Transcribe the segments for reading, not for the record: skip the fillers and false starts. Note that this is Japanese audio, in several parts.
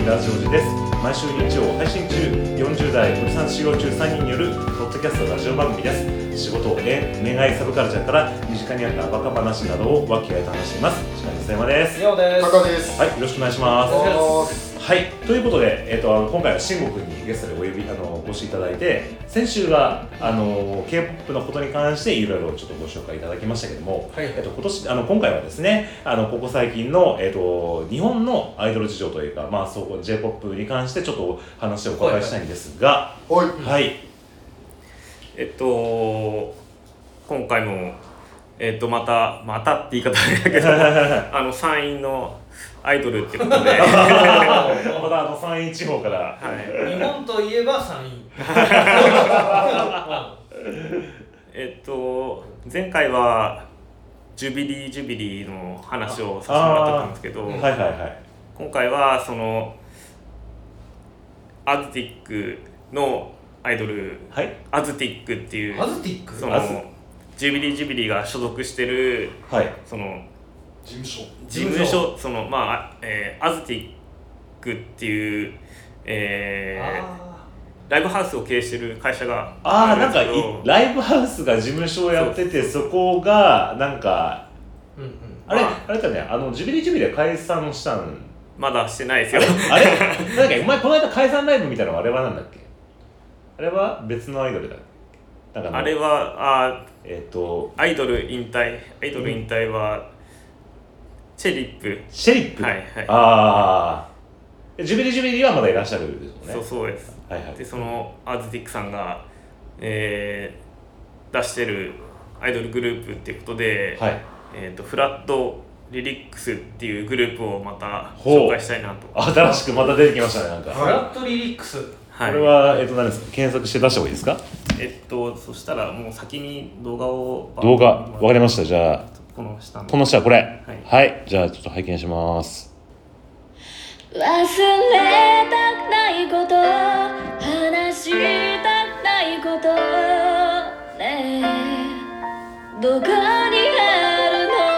ラジオジです。毎週日曜配信中、40代おじさん修行中3人によるポッドキャストラジオ番組です。仕事、恋愛、サブカルチャーから身近にあったバカ話などを和気あいと話しています。司会の須山です。 ようです。 高です。 はい、よろしくお願いします。はい、ということで、今回は慎吾くんにゲストでお越しいただいて、先週がK-POP のことに関していろいろちょっとご紹介いただきましたけども、はい、今回はですね、ここ最近の、日本のアイドル事情というか、J-POP に関してちょっと話をお伺いしたいんですが、 はい。 はい。 今回もまたって言い方あれだけど山陰のアイドルってことでまた山陰地方から、 はい、日本といえば山陰前回はジュビリーの話をさせてもらったんですけど、今回はそのアズティックのアイドル、はい、アズティックっていうそのジュビリーが所属してる、はい、その事務所そのアズティックっていう、ライブハウスを経営してる会社があるんですけど、 なんかライブハウスが事務所をやってて、そこがなんか、あれだね、ジュビリーは解散したんまだしてないですよ。 あれなんかお前この間解散ライブみたいなのあれはなんだっけ？あれは別のアイドルだっけ？ あれはアイドル引退はチェリップ、はいはい。 ジュビリーはまだいらっしゃるですもんね。 そうです、はいはい。でそのアズティックさんが、出してるアイドルグループっていうことで、はい、フラットリリックスっていうグループをまた紹介したいなと。 新しくまた出てきましたね。なんかフラットリリックス、 はい、これは何ですか？検索して出した方がいいですか？ そしたらもう先に動画わかりました。じゃあこの下これ、はい、じゃあちょっと拝見します。 忘れたくないこと、話したくないことねえ、どこにあるの？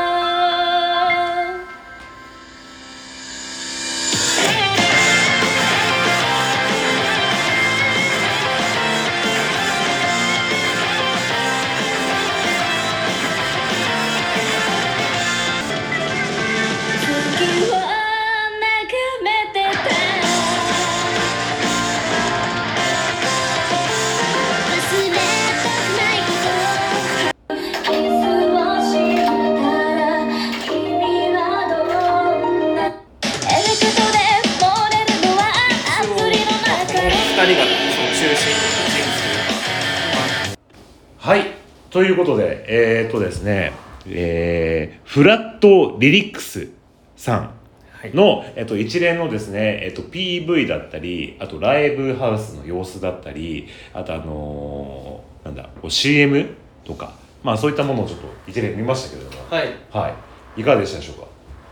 はい、ということで、ですね、フラットリリックスさんの、一連のですね、PV だったり、あとライブハウスの様子だったり、あとCM とか、そういったものをちょっと一連見ましたけれども、はい、はい、いかがでしたでしょうか？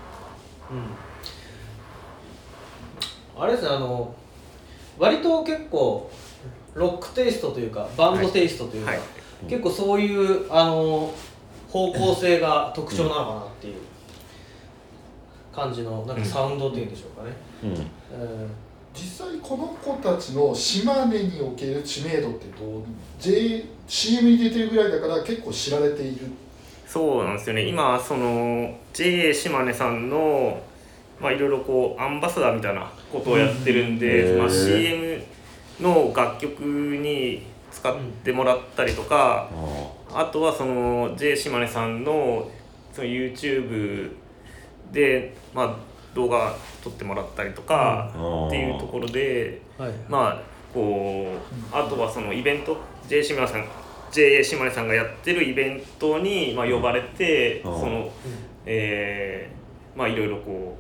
あれですね、割と結構ロックテイストというかバンドテイストというか、結構そういう方向性が特徴なのかなっていう感じのなんかサウンドっていうんでしょうかね。 実際この子たちの島根における知名度ってCM に出てるぐらいだから結構知られている。 そうなんですよね。今その JA 島根さんのいろいろこうアンバサダーみたいなことをやってるんで、CM の楽曲に使ってもらったりとか、あとはその J 島根さんのその YouTube で動画撮ってもらったりとかっていうところで、こうあとはそのイベント J 島根さんがやってるイベントに呼ばれて、そのいろいろこ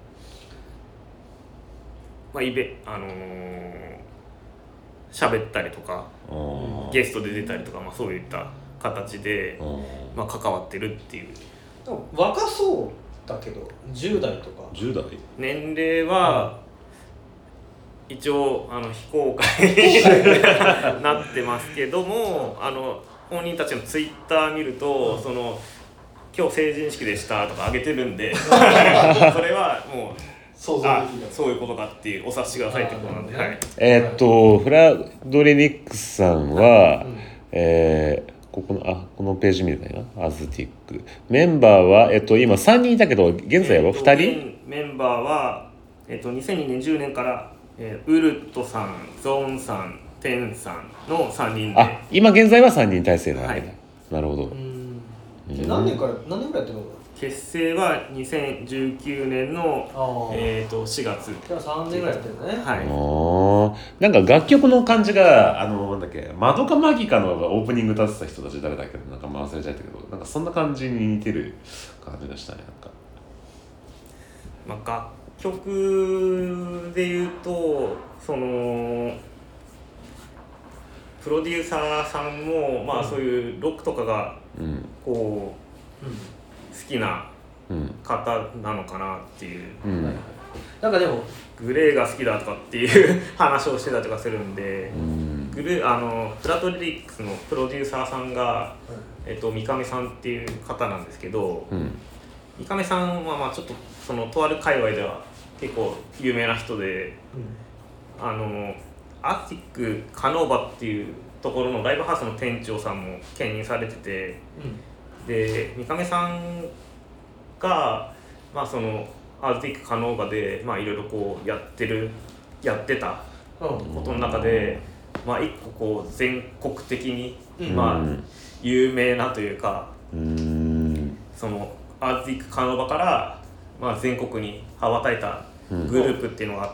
う喋ったりとかゲストで出たりとか、そういった形で関わってるっていう。 若そうだけど10代とか 10代年齢は一応非公開になってますけども、本人たちのツイッター見ると、その今日成人式でしたとか上げてるんでそれはもう想像できる。 そういうことかっていうお察しくださいってことなんで、はい、 フラドリリックスさんは、このページ見ればいいな。アズティックメンバーは、今3人いたけど現在は2人、 現メンバーは、2020年から、ウルトさん、ゾーンさん、テンさんの3人で、 今現在は3人体制なわけだ、 はい、 なるほど。 何年ぐらいやってるの？ 結成は2019年の、4月。 じゃあ3年ぐらいやってるね。 はい。 なんか楽曲の感じがなんだっけ、マドカマギカのオープニング立ってた人たち誰だっけ、なんか忘れちゃったけど、なんかそんな感じに似てる感じがしたね。なんか、 楽曲で言うとそのプロデューサーさんも、そういうロックとかがこう、好きな方なのかなっていう、 なんかでもグレーが好きだとかっていう話をしてたりとかするんで、フラトリリックスのプロデューサーさんが、三上さんっていう方なんですけど、三上さんはちょっとそのとある界隈では結構有名な人で、アーティックカノーバっていうところのライブハウスの店長さんも兼任されてて、で三上さんが、そのアーティックカノーバでいろいろこうやってたことの中で、一個こう全国的に、有名なというか、そのアーティックカノーバから、全国に羽ばたいたグループっていうのがあって、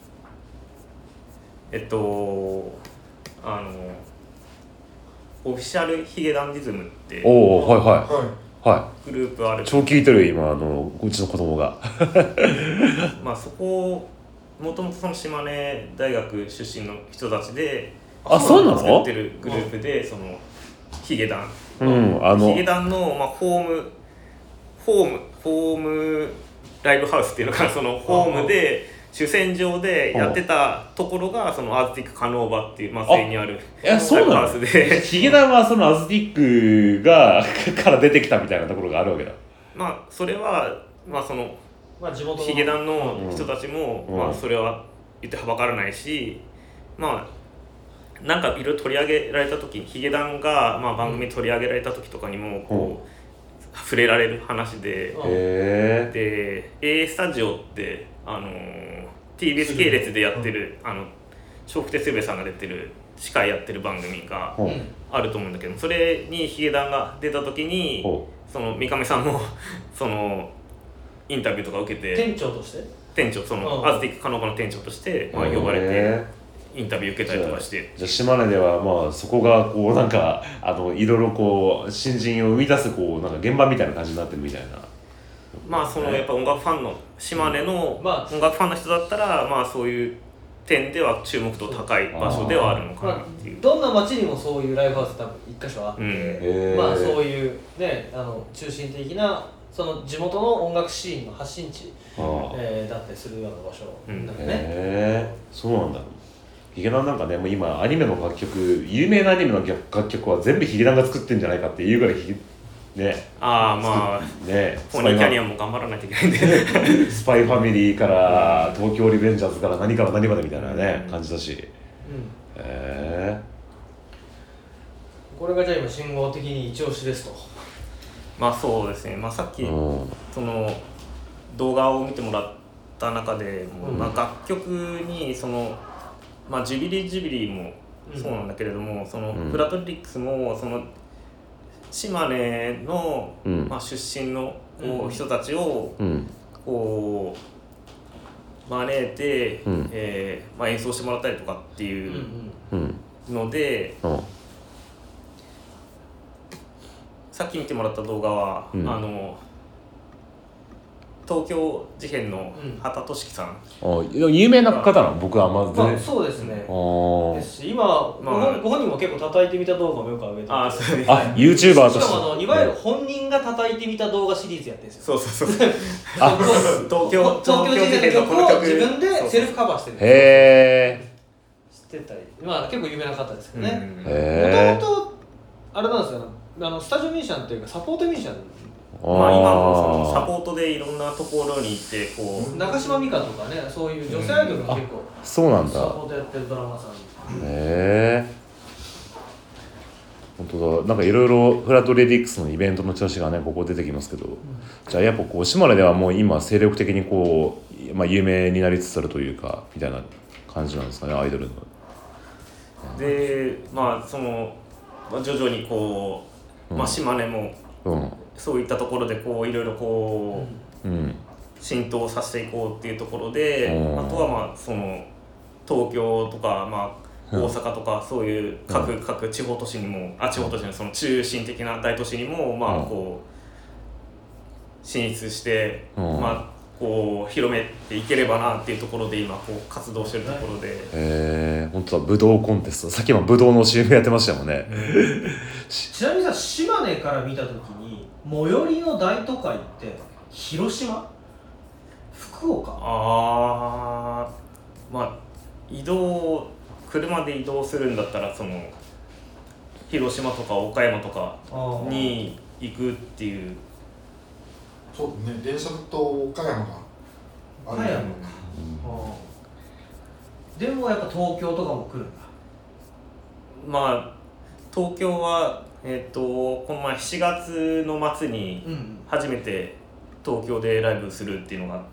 オフィシャルヒゲダンディズムってグループある。 超聞いてる今うちの子供がそこもともとその島根大学出身の人たちでそうなの？ 作ってるグループで、そのヒゲダン、ヒゲダンの、ホームライブハウスっていうのか、そのホームで主戦場でやってたところがそのアーティックカノーバっていう松江にあるライブハウスで、 ヒゲダンはそのアズティックがから出てきたみたいなところがあるわけだ。 それはその地元のヒゲダンの人たちも、それは言ってはばからないし、なんかいろいろ取り上げられた時にヒゲダンが、番組取り上げられた時とかにもこう、触れられる話で、で A スタジオってTBS 系列でやってる笑福亭鶴瓶さんが出てる司会やってる番組があると思うんだけど、それにヒゲダンが出た時にその三上さんもそのインタビューとか受けて、 店長としてそのアズティックカノーバの店長として呼ばれてインタビュー受けたりとかして、 じゃあ島根ではそこがこうなんかいろいろこう新人を生み出すこうなんか現場みたいな感じになってるみたいな。 そのやっぱ音楽ファンの島根の音楽ファンの人だったら、そういう点では注目度高い場所ではあるのかなっていう。 どんな町にもそういうライブハウス多分一箇所あって、そういうね中心的なその地元の音楽シーンの発信地、だったりするような場所なんだよね。 そうなんだ。ヒゲダンなんかね、もう今アニメの楽曲、有名なアニメの楽曲は全部ヒゲダンが作ってんじゃないかっていうぐらいね、 ポニーキャニオンも頑張らないといけないんでスパイファミリーから東京リベンジャーズから何から何までみたいなね、感じだし、 これがじゃあ今信号的に一押しですと。 そうですね、さっきその動画を見てもらった中でも、楽曲にそのジュビリーもそうなんだけれども、そのフラトリリックスもその島根の、出身のこう人たちをこう招いて、演奏してもらったりとかっていうので、さっき見てもらった動画は、東京事変の畑俊樹さん、 有名な方なの？僕はそうですね。ですし今ご本人も結構叩いてみた動画もよく上げてて、 YouTuber としてしかもいわゆる本人が叩いてみた動画シリーズやってるんですよ。 そう東京事変の曲を自分でセルフカバーしてるんですよ。知ってたり、結構有名な方ですけどね。もともとあれなんですよ、スタジオミュージシャンっていうかサポートミュージシャン今もそのサポートでいろんなところに行ってこう中島美嘉とかね、そういう女性アイドルが結構そうなんだ。 サポートやってるドラマさん。 本当だ。なんかいろいろフラットレディックスのイベントの調子がねここ出てきますけど、じゃあやっぱこう島根ではもう今精力的にこう、有名になりつつあるというかみたいな感じなんですかね、アイドルの。 でその徐々にこう、島根もそういったところでこういろいろこう、浸透させていこうっていうところで、あとはその東京とか大阪とかそういう各地方都市にも地方都市のその中心的な大都市にもこう進出してこう広めていければなっていうところで今こう活動してるところで、 本当だ、ブドウコンテスト、さっきもブドウの CM やってましたもんね。 ちなみにさ、島根から見たときに最寄りの大都会って広島、福岡、 移動車で移動するんだったらその広島とか岡山とかに行くっていう。 そうね、電車と岡山がある。 岡山か、でもやっぱ東京とかも来るんだ。 東京はこの前7月の末に初めて東京でライブするっていうのがあって、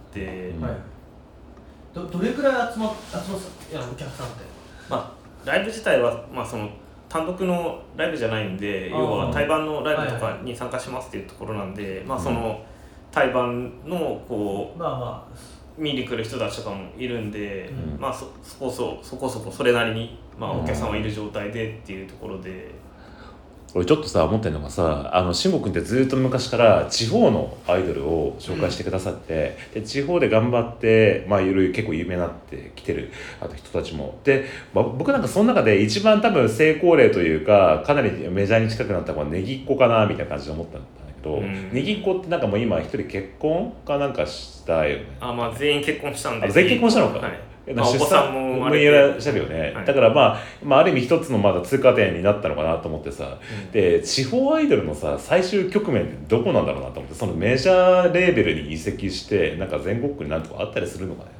どれくらい集まったお客さんって。 ライブ自体はその単独のライブじゃないんで、要は対バンのライブとかに参加しますっていうところなんで、その対バンのこう見に来る人たちとかもいるんで、そこそこそれなりにお客さんはいる状態でっていうところで。 俺ちょっとさ思ってるのがさ、慎吾君ってずっと昔から地方のアイドルを紹介してくださって、で地方で頑張っていろいろ結構有名になってきてる人たちもで、僕なんかその中で一番多分成功例というかかなりメジャーに近くなったのはネギっ子かなみたいな感じで思ったんだけど、ネギっ子ってなんかもう今一人結婚かなんかしたよね。 全員結婚したんで。 全員結婚したのか。 お子さんも生まれていらっしゃるよね、だからある意味一つのまだ通過点になったのかなと思ってさ、で地方アイドルのさ最終局面ってどこなんだろうなと思って、そのメジャーレーベルに移籍してなんか全国区になんとかあったりするのか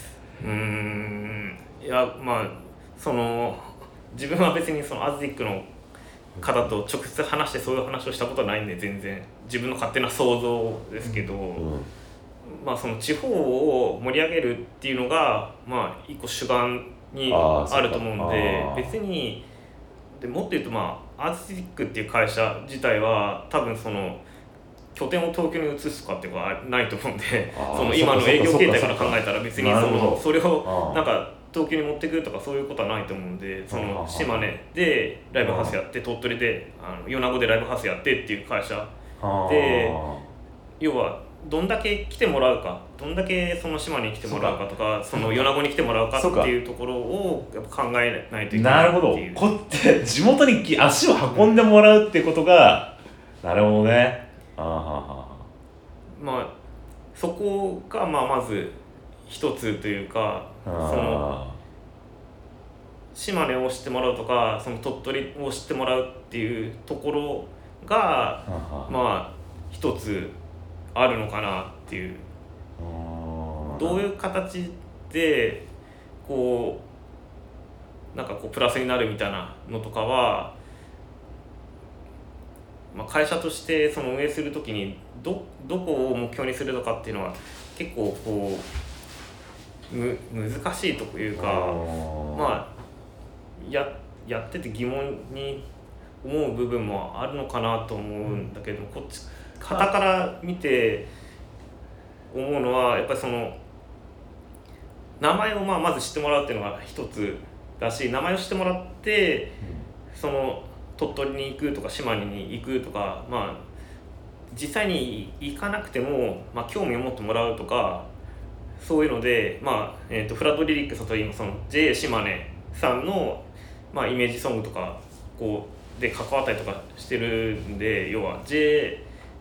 ね。 いやその自分は別にそのアズディックの方と直接話してそういう話をしたことはないんで、全然自分の勝手な想像ですけど、その地方を盛り上げるっていうのが一個主眼にあると思うので、別にもっと言うとアーティスティックっていう会社自体は多分その拠点を東京に移すとかっていうのはないと思うんで、その今の営業形態から考えたら別にそれをなんか東京に持ってくるとかそういうことはないと思うんで、その島根でライブハウスやって、鳥取で米子でライブハウスやってっていう会社で、要はどんだけ来てもらうか、どんだけその島に来てもらうかとか、その米子に来てもらうかっていうところをやっぱ考えないといけないっていう。 なるほど、こって地元に足を運んでもらうっていうことが、なるほどね。 そこがまず一つというか、その島根を知ってもらうとか、その鳥取を知ってもらうっていうところが一つあるのかなっていう。どういう形でこうなんかこうプラスになるみたいなのとかは、会社としてその運営するときにどこを目標にするとかっていうのは結構こう難しいというか、やってて疑問に思う部分もあるのかなと思うんだけど、こっち傍から見て思うのはやっぱりその名前をまず知ってもらうっていうのが一つだし、名前を知ってもらってその鳥取に行くとか島根に行くとか、実際に行かなくても、興味を持ってもらうとか、そういうので、フラットリリックスと今その JA 島根さんの、イメージソングとかこうで関わったりとかしてるんで、要は JA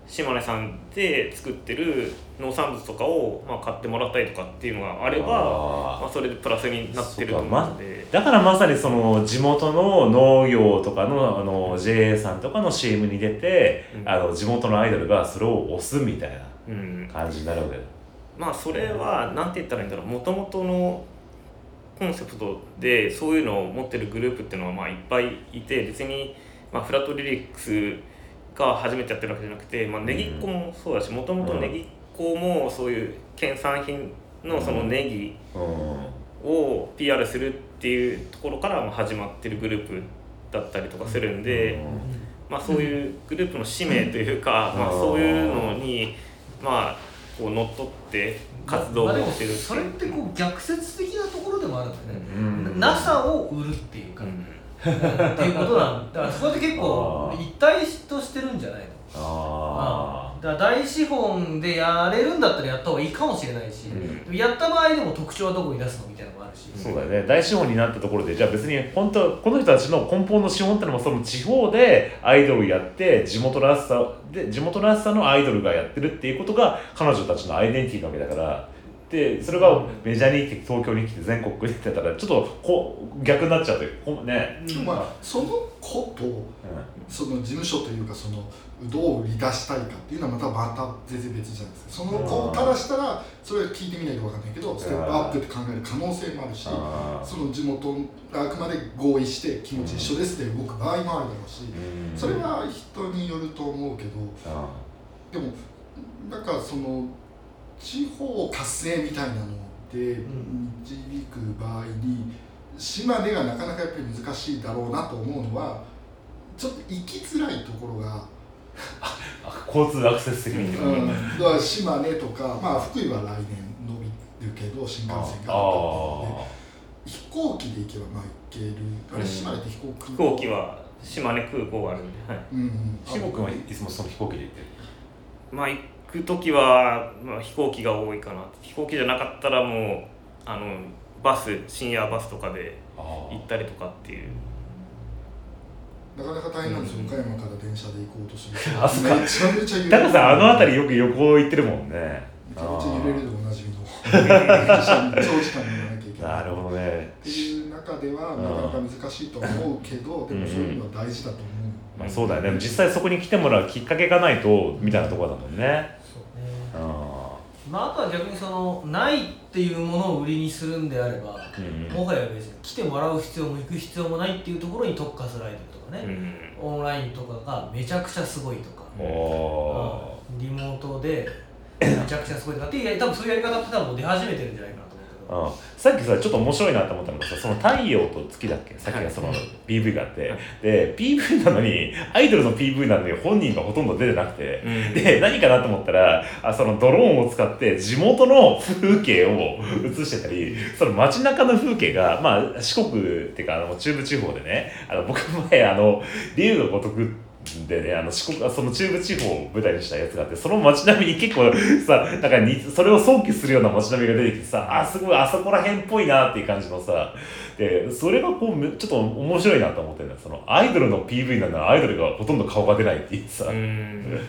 島根さんで作ってる農産物とかをまあ買ってもらったりとかっていうのがあればまあ、それでプラスになってると思うので、 だからまさにその地元の農業とかのJA さんとかの CM に出て、地元のアイドルがそれを推すみたいな感じになるわけだ。 まあそれはなんて言ったらいいんだろう、もともとのコンセプトでそういうのを持ってるグループっていうのはまあいっぱいいて、別にまあフラットリリックスが初めてやってるわけじゃなくて、まあ、ネギっ子もそうだし、もともとネギっ子もそういう県産品のそのネギを PR するっていうところから始まってるグループだったりとかするんで、まあ、そういうグループの使命というか、まあ、そういうのにまあこう乗っ取って活動をしてるっていう、 それってこう逆説的なところでもあるんだよね、NASA を売るっていうか、っていうことなんだから、そこで結構一体としてるんじゃないの。だから大資本でやれるんだったらやった方がいいかもしれないし、やった場合でも特徴はどこに出すのみたいなのもあるし、 そうだよね。大資本になったところで、じゃあ別に本当この人たちの根本の資本ってのもその地方でアイドルやって地元らしさのアイドルがやってるっていうことが彼女たちのアイデンティティなわけだから、でそれがメジャーに来て東京に来て全国でやったらちょっと逆になっちゃうとね。 まあその子と、その事務所というかそのどう売り出したいかっていうのはまた全然別じゃないですか。その子からしたらそれを聞いてみないと分かんないけど、ステップアップって考える可能性もあるし、その地元があくまで合意して気持ち一緒ですで動く場合もあるだろうし、それは人によると思うけど、でもなんかその地方活性みたいなので導く場合に島根がなかなかやっぱり難しいだろうなと思うのは、ちょっと行きづらいところが交通アクセス的に、 だから島根とか、まあ、福井は来年伸びるけど新幹線があったっていうので、飛行機で行けばまあ行ける。あれ島根って飛行機は島根空港があるんで、 志保君はいつもその飛行機で行ってる？ まあ行く時は、まあ、飛行機が多いかな。飛行機じゃなかったらもう深夜バスとかで行ったりとかっていう。 なかなか大変なんですよ、岡山から電車で行こうとするとあ、そっか。 めちゃめちゃ揺れる。 だからさ、あの辺りよく旅行行ってるもんね。 めちゃめちゃ揺れるでおなじみの電車に長時間乗らなきゃいけない。 なるほどね。 っていう中ではなかなか難しいと思うけど、でもそういうのは大事だと思う。 まあそうだよね。実際そこに来てもらうきっかけがないとみたいなところだもんね。 そうね。まあ、あとは逆にそのないっていうものを売りにするんであれば、もはや別に来てもらう必要も行く必要もないっていうところに特化するアイドルとかね、オンラインとかがめちゃくちゃすごいとか、リモートでめちゃくちゃすごいとかって多分そういうやり方って多分もう出始めてるんじゃないかなと思うけど、 さっきさちょっと面白いなと思ったのがさ、その太陽と月だっけ、さっきがその PV があって、で PV なのにアイドルの PV なのに本人がほとんど出てなくて、で何かなと思ったらそのドローンを使って地元の風景を映してたり、その街中の風景が、まあ、四国っていうか中部地方でね、僕前龍が如くでね、その中部地方を舞台にしたやつがあって、その街並みに結構さ、なんかそれを想起するような街並みが出てきてさ、すごいあそこら辺っぽいなっていう感じのさ、でそれがこうちょっと面白いなと思ってるんだよ。そのアイドルの PV なのはアイドルがほとんど顔が出ないっていうさ、ね、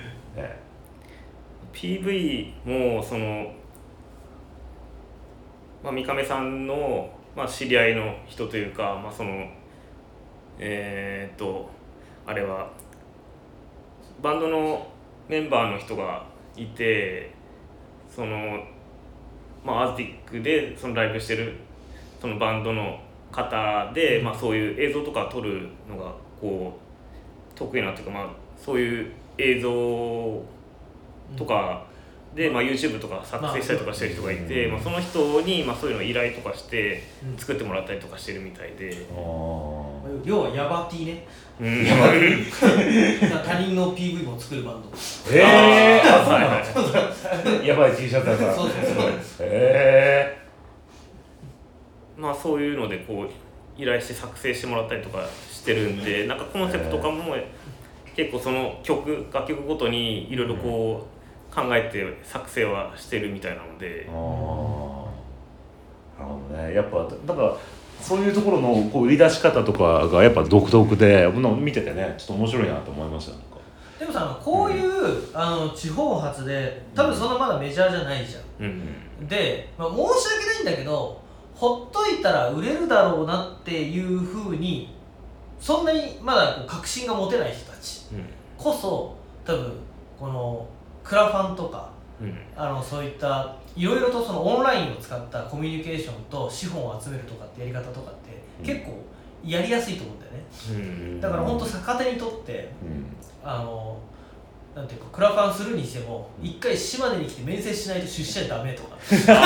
PV もその、まあ、三亀さんの、まあ、知り合いの人というか、まあ、そのあれはバンドのメンバーの人がいて、そのまあアーティックでそのライブしてるそのバンドの方で、まあそういう映像とか撮るのがこう得意なっていうか、まあそういう映像とかで、まあ YouTube とか作成したりとかしてる人がいて、まあその人にまあそういうの依頼とかして作ってもらったりとかしてるみたいで。 要はヤバ T ね。他人の PV も作るバンド。 そうなの。やばい T シャツだから。 そう。 まあそういうのでこう依頼して作成してもらったりとかしてるんで、なんかコンセプトとかも結構その楽曲ごとにいろいろこう考えて作成はしてるみたいなので。 なるほどね。やっぱなんかそういうところのこう売り出し方とかがやっぱ独特で、見ててねちょっと面白いなと思いました。 でもさこういう地方発で多分そんなまだメジャーじゃないじゃん、で、申し訳ないんだけどほっといたら売れるだろうなっていう風にそんなにまだこう確信が持てない人たちこそ多分このクラファンとか、そういったいろいろとそのオンラインを使ったコミュニケーションと資本を集めるとかってやり方とかって結構やりやすいと思うんだよね、だから本当逆手にとって、なんていうかクラファンするにしても一回島根に来て面接しないと出社しちゃダメとか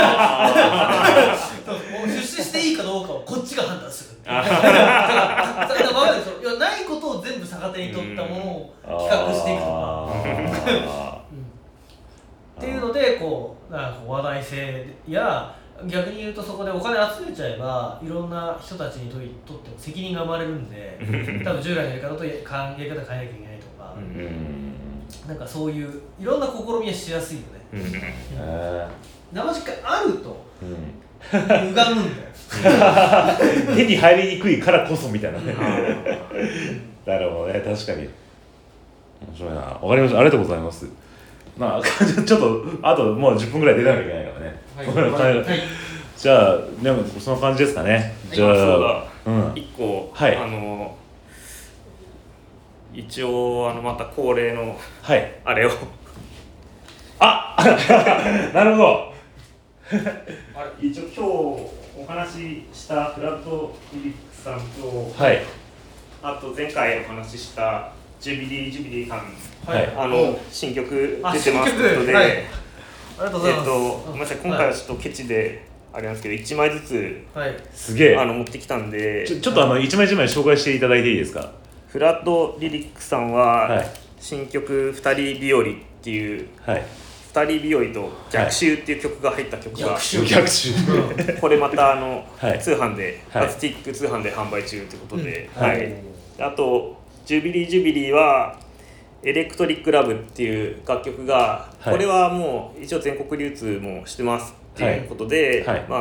もう出世していいかどうかをこっちが判断するだから分かるでしょ。いやないことを全部逆手に取ったものを企画していくとかっていうのでこうなんか話題性や逆に言うとそこでお金集めちゃえばいろんな人たちにとっても責任が生まれるんで多分従来のやり方とやり方変えなきゃいけないとか、なんかそういういろんな試みはしやすいよね。生実家あると歪むんだよ手に入りにくいからこそみたいなねなるほどね、確かに面白いな。わかりました、ありがとうございます。まあちょっとあともう10分ぐらい出なきゃいけないからね、じゃあでもそんな感じですかね。じゃあそうだ、1個、一応また恒例のあれをなるほど一応今日お話ししたフラットフィリックスさんと、あと前回お話ししたジュビリーさん、新曲出てますということで、 ありがとうございます。 ごめんなさい、今回はちょっとケチであれなんですけど1枚ずつ、 すげえ持ってきたんで、 ちょっと1枚1枚紹介していただいていいですか。 フラットリリックさんは、新曲二人日和っていう、二人日和と逆襲っていう曲が入った曲が、 逆襲これまた通販で、アスティック通販で販売中ということで、あとジュビリーはエレクトリックラブっていう楽曲が、これはもう一応全国流通もしてますっていうことで、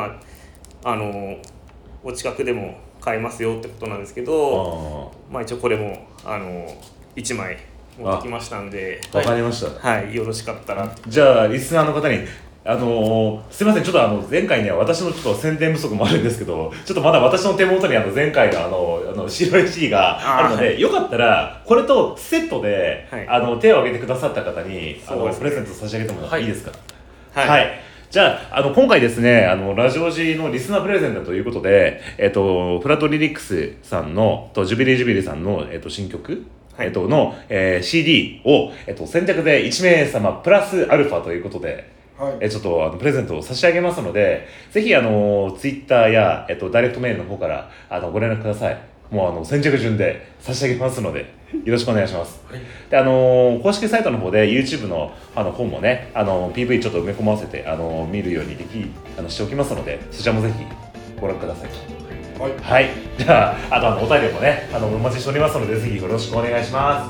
お近くでも買えますよってことなんですけど、一応これも1枚持ってきましたんで、 わかりました。 よろしかったら。 じゃあリスナーの方にすいません、ちょっと前回ね私のちょっと宣伝不足もあるんですけど、ちょっとまだ私の手元に前回の白い CD があるので、よかったらこれとセットで、手を挙げてくださった方にプレゼント差し上げてもいいですか。じゃあ、今回ですね、ラジオGのリスナープレゼントということで、フラットリリックスさんのジュビリーさんの、新曲、の、CD を、先着で1名様プラスアルファということで、ちょっとプレゼントを差し上げますので、ぜひTwitter や、ダイレクトメールの方からご連絡ください。もう先着順で差し上げますのでよろしくお願いします。で公式サイトの方で YouTube の方もねPV ちょっと埋め込ませて見るようにしておきますので、そちらもぜひご覧ください。じゃあお便りもねお待ちしておりますので、ぜひよろしくお願いします。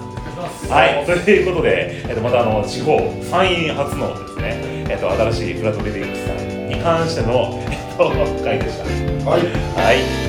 ということで、また地方山陰初のですね、新しいフラットリリックスさんに関しての回でした。